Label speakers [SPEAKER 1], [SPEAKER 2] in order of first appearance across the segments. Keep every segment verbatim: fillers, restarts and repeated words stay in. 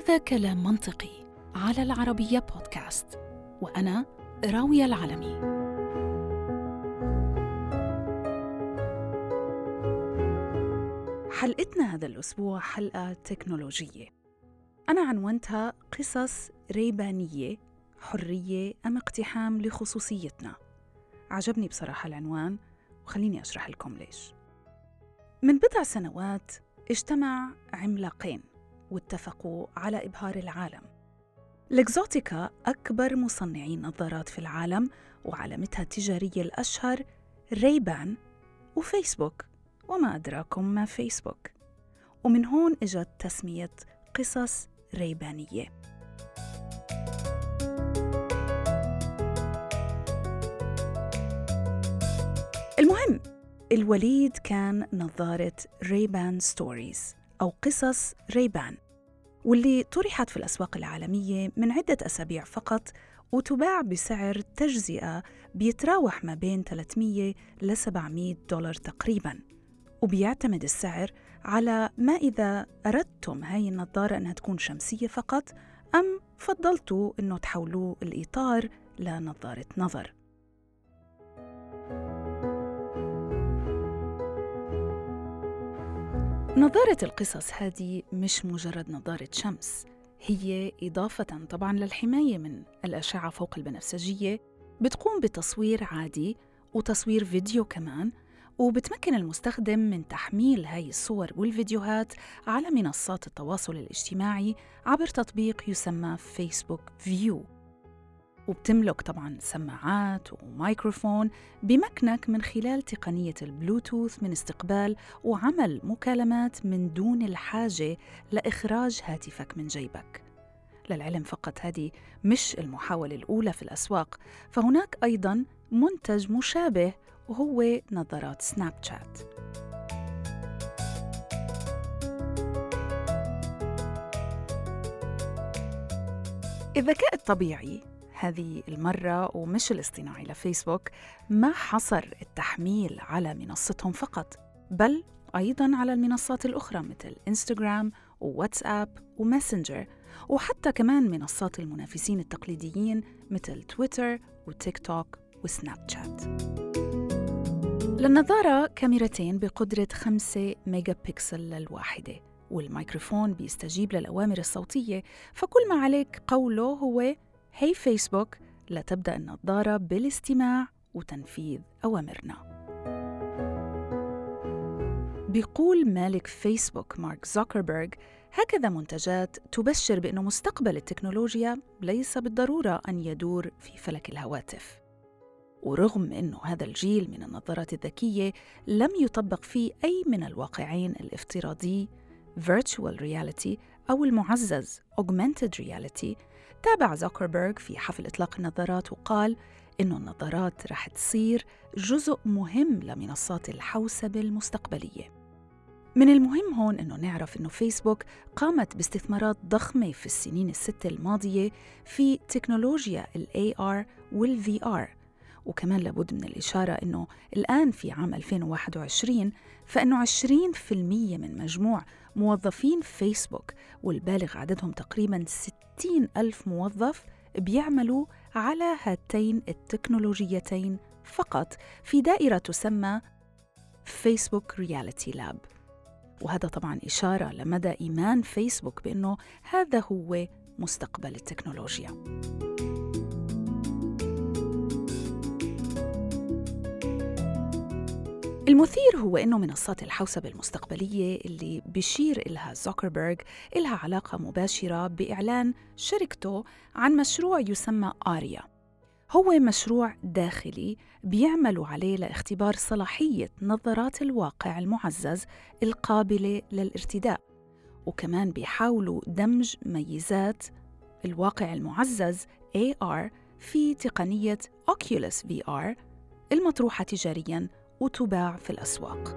[SPEAKER 1] هذا كلام منطقي على العربية بودكاست، وأنا راوية العلمي. حلقتنا هذا الأسبوع حلقة تكنولوجية، أنا عنوانتها قصص ريبانية، حرية أم اقتحام لخصوصيتنا. عجبني بصراحة العنوان، وخليني أشرح لكم ليش. من بضع سنوات اجتمع عملاقين واتفقوا على إبهار العالم. لكزوتيكا أكبر مصنعين نظارات في العالم، وعلامتها التجارية الأشهر ريبان، وفيسبوك، وما أدراكم ما فيسبوك. ومن هون إجت تسمية قصص ريبانية. المهم، الوليد كان نظارة ريبان ستوريز أو قصص ريبان، واللي طرحت في الأسواق العالمية من عدة أسابيع فقط، وتباع بسعر تجزئة بيتراوح ما بين ثلاثمية إلى سبعمية دولار تقريباً. وبيعتمد السعر على ما إذا أردتم هاي النظارة أنها تكون شمسية فقط، أم فضلتوا أنه تحولوا الإطار لنظارة نظر. نظارة القصص هذه مش مجرد نظارة شمس، هي إضافة طبعاً للحماية من الأشعة فوق البنفسجية، بتقوم بتصوير عادي وتصوير فيديو كمان، وبتمكن المستخدم من تحميل هاي الصور والفيديوهات على منصات التواصل الاجتماعي عبر تطبيق يسمى فيسبوك فيو. وبتملك طبعاً سماعات وميكروفون بمكنك من خلال تقنية البلوتوث من استقبال وعمل مكالمات من دون الحاجة لإخراج هاتفك من جيبك. للعلم فقط هذه مش المحاولة الأولى في الأسواق، فهناك أيضاً منتج مشابه وهو نظارات سناب شات. الذكاء الطبيعي هذه المرة ومش الاصطناعي لفيسبوك ما حصر التحميل على منصتهم فقط، بل أيضاً على المنصات الأخرى مثل إنستغرام وواتساب وماسنجر، وحتى كمان منصات المنافسين التقليديين مثل تويتر وتيك توك وسناب شات. للنظارة كاميرتين بقدرة خمسة ميجا بكسل للواحدة، والميكروفون بيستجيب للأوامر الصوتية، فكل ما عليك قوله هو هي فيسبوك لتبدأ النظارة بالاستماع وتنفيذ أوامرنا. بيقول مالك فيسبوك مارك زوكربيرغ هكذا منتجات تبشر بأنه مستقبل التكنولوجيا ليس بالضرورة أن يدور في فلك الهواتف. ورغم أنه هذا الجيل من النظارات الذكية لم يطبق فيه أي من الواقعين الافتراضي virtual reality أو المعزز augmented reality، تابع زوكربيرغ في حفل إطلاق النظارات وقال إنه النظارات رح تصير جزء مهم لمنصات الحوسبة المستقبلية. من المهم هون إنه نعرف إنه فيسبوك قامت باستثمارات ضخمة في السنين الست الماضية في تكنولوجيا ال إيه آر وال في آر، وكمان لابد من الإشارة إنه الآن في عام ألفين وواحد وعشرين فإنه عشرين بالمية من مجموع موظفين فيسبوك، والبالغ عددهم تقريباً ستين ألف موظف، بيعملوا على هاتين التكنولوجيتين فقط في دائرة تسمى فيسبوك رياليتي لاب. وهذا طبعاً إشارة لمدى إيمان فيسبوك بأنه هذا هو مستقبل التكنولوجيا. المثير هو إنه منصات الحوسبة المستقبلية اللي بيشير إلها زوكربيرغ إلها علاقة مباشرة بإعلان شركته عن مشروع يسمى آريا. هو مشروع داخلي بيعملوا عليه لاختبار صلاحية نظارات الواقع المعزز القابلة للارتداء، وكمان بيحاولوا دمج ميزات الواقع المعزز إيه آر في تقنية Oculus في آر المطروحة تجارياً وتباع في الأسواق.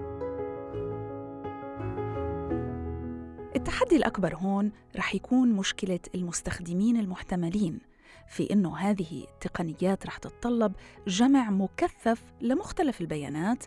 [SPEAKER 1] التحدي الأكبر هون رح يكون مشكلة المستخدمين المحتملين، في إنه هذه التقنيات رح تتطلب جمع مكثف لمختلف البيانات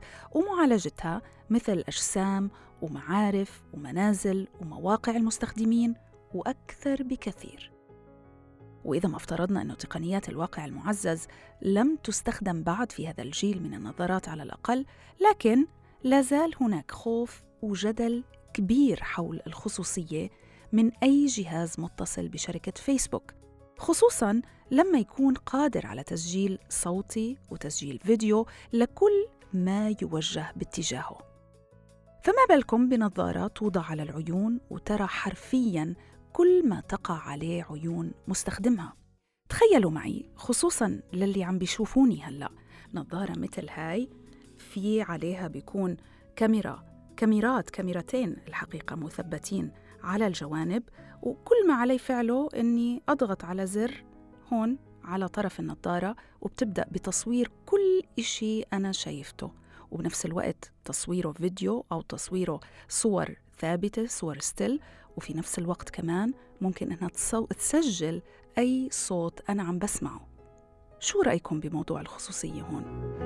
[SPEAKER 1] ومعالجتها، مثل أجسام ومعارف ومنازل ومواقع المستخدمين وأكثر بكثير. وإذا ما افترضنا أن تقنيات الواقع المعزز لم تستخدم بعد في هذا الجيل من النظارات على الأقل، لكن لا زال هناك خوف وجدل كبير حول الخصوصية من أي جهاز متصل بشركة فيسبوك، خصوصاً لما يكون قادر على تسجيل صوتي وتسجيل فيديو لكل ما يوجه باتجاهه. فما بالكم بنظارة توضع على العيون وترى حرفياً كل ما تقع عليه عيون مستخدمها. تخيلوا معي، خصوصاً للي عم بيشوفوني هلأ، نظارة مثل هاي في عليها بيكون كاميرا كاميرات كاميرتين الحقيقة مثبتين على الجوانب، وكل ما علي فعله أني أضغط على زر هون على طرف النظارة وبتبدأ بتصوير كل إشي أنا شايفته، وبنفس الوقت تصويره فيديو أو تصويره صور ثابتة، صور ستيل، وفي نفس الوقت كمان ممكن أنها تصو... تسجل أي صوت أنا عم بسمعه. شو رأيكم بموضوع الخصوصية هون؟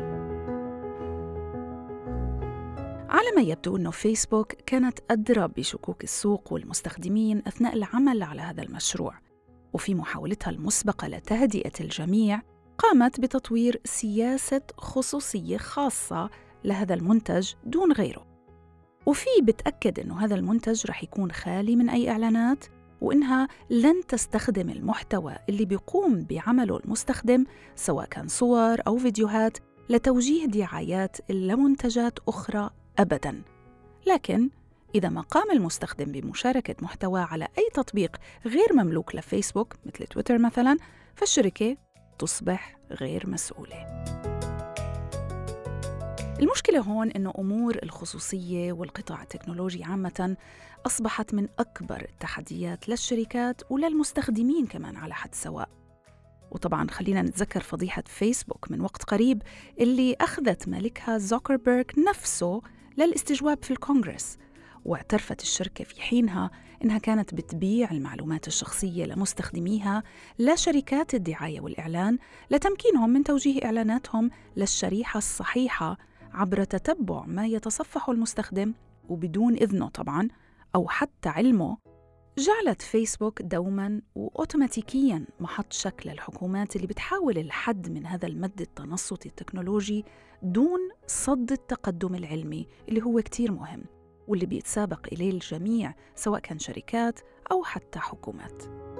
[SPEAKER 1] على ما يبدو أنه فيسبوك كانت أدرى بشكوك السوق والمستخدمين أثناء العمل على هذا المشروع، وفي محاولتها المسبقة لتهدئة الجميع قامت بتطوير سياسة خصوصية خاصة لهذا المنتج دون غيره، وفي بتأكد أنه هذا المنتج رح يكون خالي من أي إعلانات، وإنها لن تستخدم المحتوى اللي بيقوم بعمله المستخدم سواء كان صور أو فيديوهات لتوجيه دعايات لمنتجات أخرى أبداً. لكن إذا ما قام المستخدم بمشاركة محتوى على أي تطبيق غير مملوك لفيسبوك مثل تويتر مثلاً، فالشركة تصبح غير مسؤولة. المشكلة هون إنه أمور الخصوصية والقطاع التكنولوجي عامة أصبحت من أكبر التحديات للشركات وللمستخدمين كمان على حد سواء. وطبعاً خلينا نتذكر فضيحة فيسبوك من وقت قريب اللي أخذت مالكها زوكربيرغ نفسه للاستجواب في الكونغرس، واعترفت الشركة في حينها إنها كانت بتبيع المعلومات الشخصية لمستخدميها لشركات الدعاية والإعلان لتمكينهم من توجيه إعلاناتهم للشريحة الصحيحة عبر تتبع ما يتصفح المستخدم وبدون إذنه طبعاً أو حتى علمه. جعلت فيسبوك دوماً وأوتوماتيكياً محط شك للحكومات اللي بتحاول الحد من هذا المد التنصتي التكنولوجي دون صد التقدم العلمي اللي هو كتير مهم واللي بيتسابق إليه الجميع سواء كان شركات أو حتى حكومات.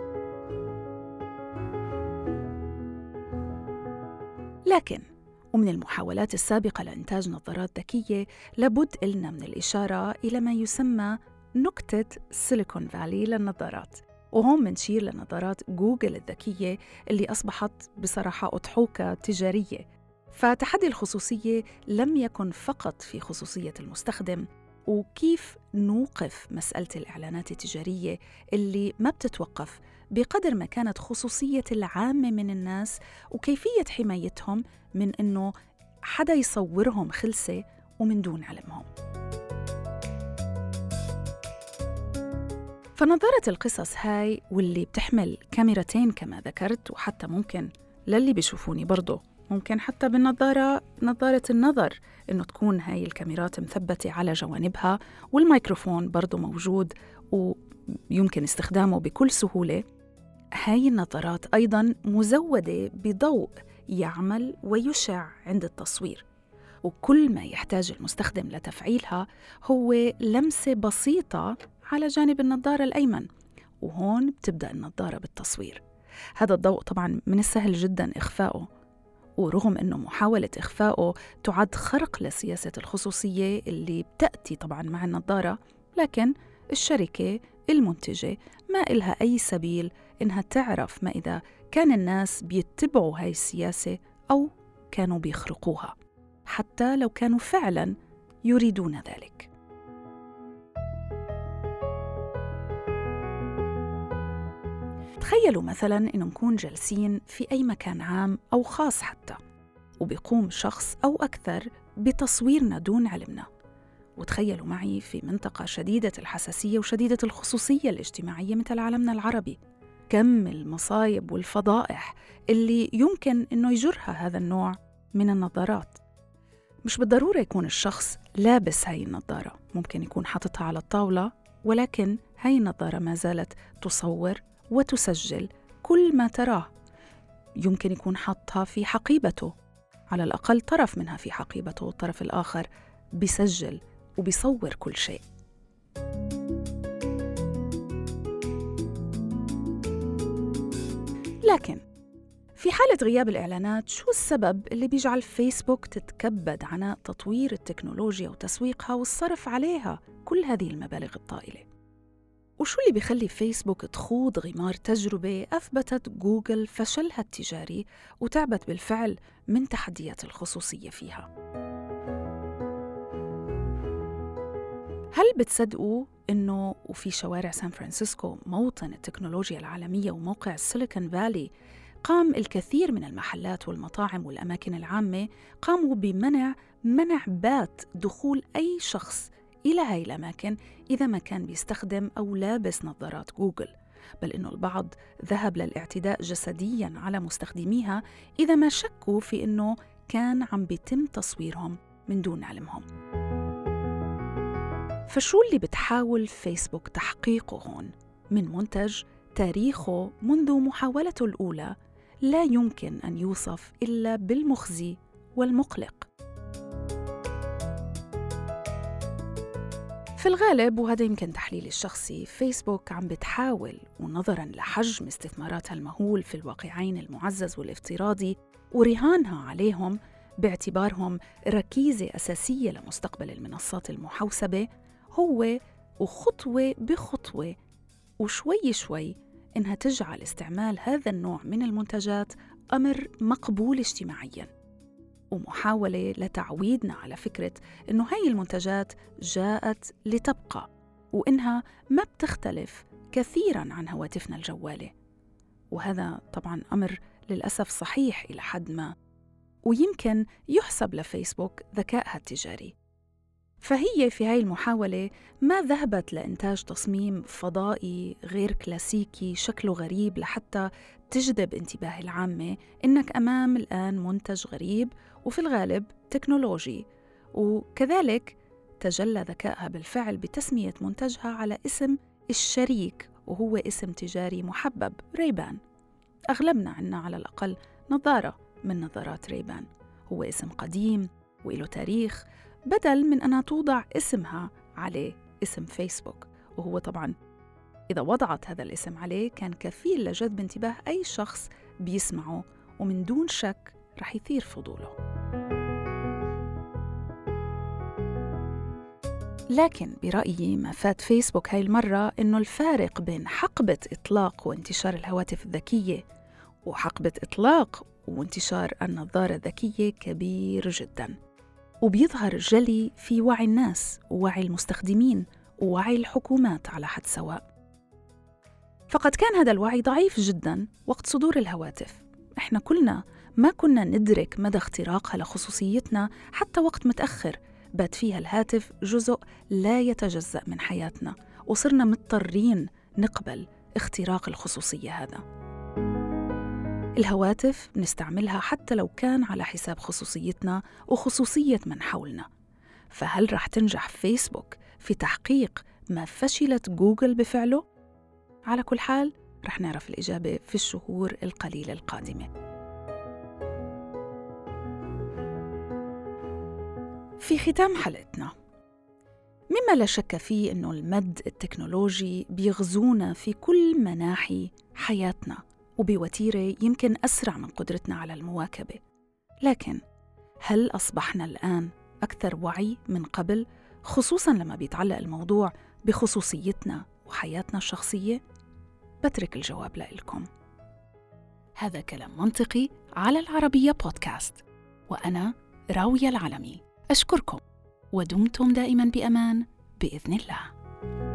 [SPEAKER 1] لكن ومن المحاولات السابقة لإنتاج نظارات ذكية لابد إلنا من الإشارة إلى ما يسمى نكتة سيليكون فالي للنظارات، وهم منشير لنظارات جوجل الذكية اللي أصبحت بصراحة أضحوكة تجارية. فتحدي الخصوصية لم يكن فقط في خصوصية المستخدم وكيف نوقف مسألة الإعلانات التجارية اللي ما بتتوقف بقدر ما كانت خصوصية العامة من الناس وكيفية حمايتهم من إنه حدا يصورهم خلسة ومن دون علمهم. فنظارة القصص هاي واللي بتحمل كاميرتين كما ذكرت، وحتى ممكن للي بيشوفوني برضو ممكن حتى بالنظارة نظارة النظر إنه تكون هاي الكاميرات مثبتة على جوانبها والميكروفون برضو موجود ويمكن استخدامه بكل سهولة. هاي النظارات أيضاً مزودة بضوء يعمل ويشع عند التصوير، وكل ما يحتاج المستخدم لتفعيلها هو لمسة بسيطة على جانب النظارة الأيمن، وهون بتبدأ النظارة بالتصوير. هذا الضوء طبعاً من السهل جداً إخفاؤه، ورغم أنه محاولة إخفاؤه تعد خرق لسياسة الخصوصية اللي بتأتي طبعاً مع النظارة، لكن الشركة المنتجة ما إلها أي سبيل إنها تعرف ما إذا كان الناس بيتبعوا هاي السياسة أو كانوا بيخرقوها، حتى لو كانوا فعلاً يريدون ذلك. تخيلوا مثلاً إنه نكون جالسين في أي مكان عام أو خاص حتى، وبيقوم شخص أو أكثر بتصويرنا دون علمنا. وتخيلوا معي في منطقة شديدة الحساسية وشديدة الخصوصية الاجتماعية مثل عالمنا العربي، كم المصايب والفضائح اللي يمكن إنه يجرها هذا النوع من النظارات. مش بالضرورة يكون الشخص لابس هاي النظارة، ممكن يكون حاططها على الطاولة ولكن هاي النظارة ما زالت تصور وتسجل كل ما تراه. يمكن يكون حطها في حقيبته، على الأقل طرف منها في حقيبته، والطرف الآخر بيسجل وبيصور كل شيء. لكن في حالة غياب الإعلانات، شو السبب اللي بيجعل فيسبوك تتكبد عناء تطوير التكنولوجيا وتسويقها والصرف عليها كل هذه المبالغ الطائلة؟ وشو اللي بيخلي فيسبوك تخوض غمار تجربة أثبتت جوجل فشلها التجاري وتعبت بالفعل من تحديات الخصوصية فيها؟ هل بتصدقوا إنه وفي شوارع سان فرانسيسكو موطن التكنولوجيا العالمية وموقع السيليكون فالي قام الكثير من المحلات والمطاعم والأماكن العامة قاموا بمنع منع بات دخول أي شخص إلى هاي الأماكن إذا ما كان بيستخدم أو لابس نظارات جوجل، بل إنه البعض ذهب للاعتداء جسدياً على مستخدميها إذا ما شكوا في إنه كان عم بيتم تصويرهم من دون علمهم. فشو اللي بتحاول فيسبوك تحقيقه هون من منتج تاريخه منذ محاولته الأولى لا يمكن أن يوصف إلا بالمخزي والمقلق؟ في الغالب، وهذا يمكن تحليلي الشخصي، فيسبوك عم بتحاول، ونظراً لحجم استثماراتها المهول في الواقعين المعزز والافتراضي ورهانها عليهم باعتبارهم ركيزة أساسية لمستقبل المنصات المحوسبة، هو وخطوة بخطوة وشوي شوي إنها تجعل استعمال هذا النوع من المنتجات أمر مقبول اجتماعياً، ومحاولة لتعويدنا على فكرة إنه هاي المنتجات جاءت لتبقى، وإنها ما بتختلف كثيراً عن هواتفنا الجوالة. وهذا طبعاً أمر للأسف صحيح إلى حد ما، ويمكن يحسب لفيسبوك ذكائها التجاري. فهي في هاي المحاولة ما ذهبت لإنتاج تصميم فضائي غير كلاسيكي شكله غريب لحتى تجذب انتباه العامة إنك أمام الآن منتج غريب وفي الغالب تكنولوجي، وكذلك تجلى ذكائها بالفعل بتسمية منتجها على اسم الشريك، وهو اسم تجاري محبب، ريبان. أغلبنا عنا على الأقل نظارة من نظارات ريبان، هو اسم قديم وإله تاريخ، بدل من أنها توضع اسمها عليه اسم فيسبوك. وهو طبعاً إذا وضعت هذا الاسم عليه كان كفيل لجذب انتباه أي شخص بيسمعه، ومن دون شك رح يثير فضوله. لكن برأيي ما فات فيسبوك هاي المرة إنه الفارق بين حقبة إطلاق وانتشار الهواتف الذكية وحقبة إطلاق وانتشار النظارة الذكية كبير جداً، وبيظهر جلي في وعي الناس ووعي المستخدمين ووعي الحكومات على حد سواء. فقد كان هذا الوعي ضعيف جداً وقت صدور الهواتف. إحنا كلنا ما كنا ندرك مدى اختراقها لخصوصيتنا حتى وقت متأخر بات فيها الهاتف جزء لا يتجزأ من حياتنا، وصرنا مضطرين نقبل اختراق الخصوصية هذا. الهواتف نستعملها حتى لو كان على حساب خصوصيتنا وخصوصية من حولنا. فهل رح تنجح فيسبوك في تحقيق ما فشلت جوجل بفعله؟ على كل حال رح نعرف الإجابة في الشهور القليلة القادمة. في ختام حلقتنا، مما لا شك فيه أنه المد التكنولوجي بيغزونا في كل مناحي حياتنا وبوتيرة يمكن أسرع من قدرتنا على المواكبة. لكن هل أصبحنا الآن أكثر وعي من قبل، خصوصاً لما بيتعلق الموضوع بخصوصيتنا وحياتنا الشخصية؟ بترك الجواب لإلكم. هذا كلام منطقي على العربية بودكاست، وأنا راوية العلمي. أشكركم ودمتم دائماً بأمان بإذن الله.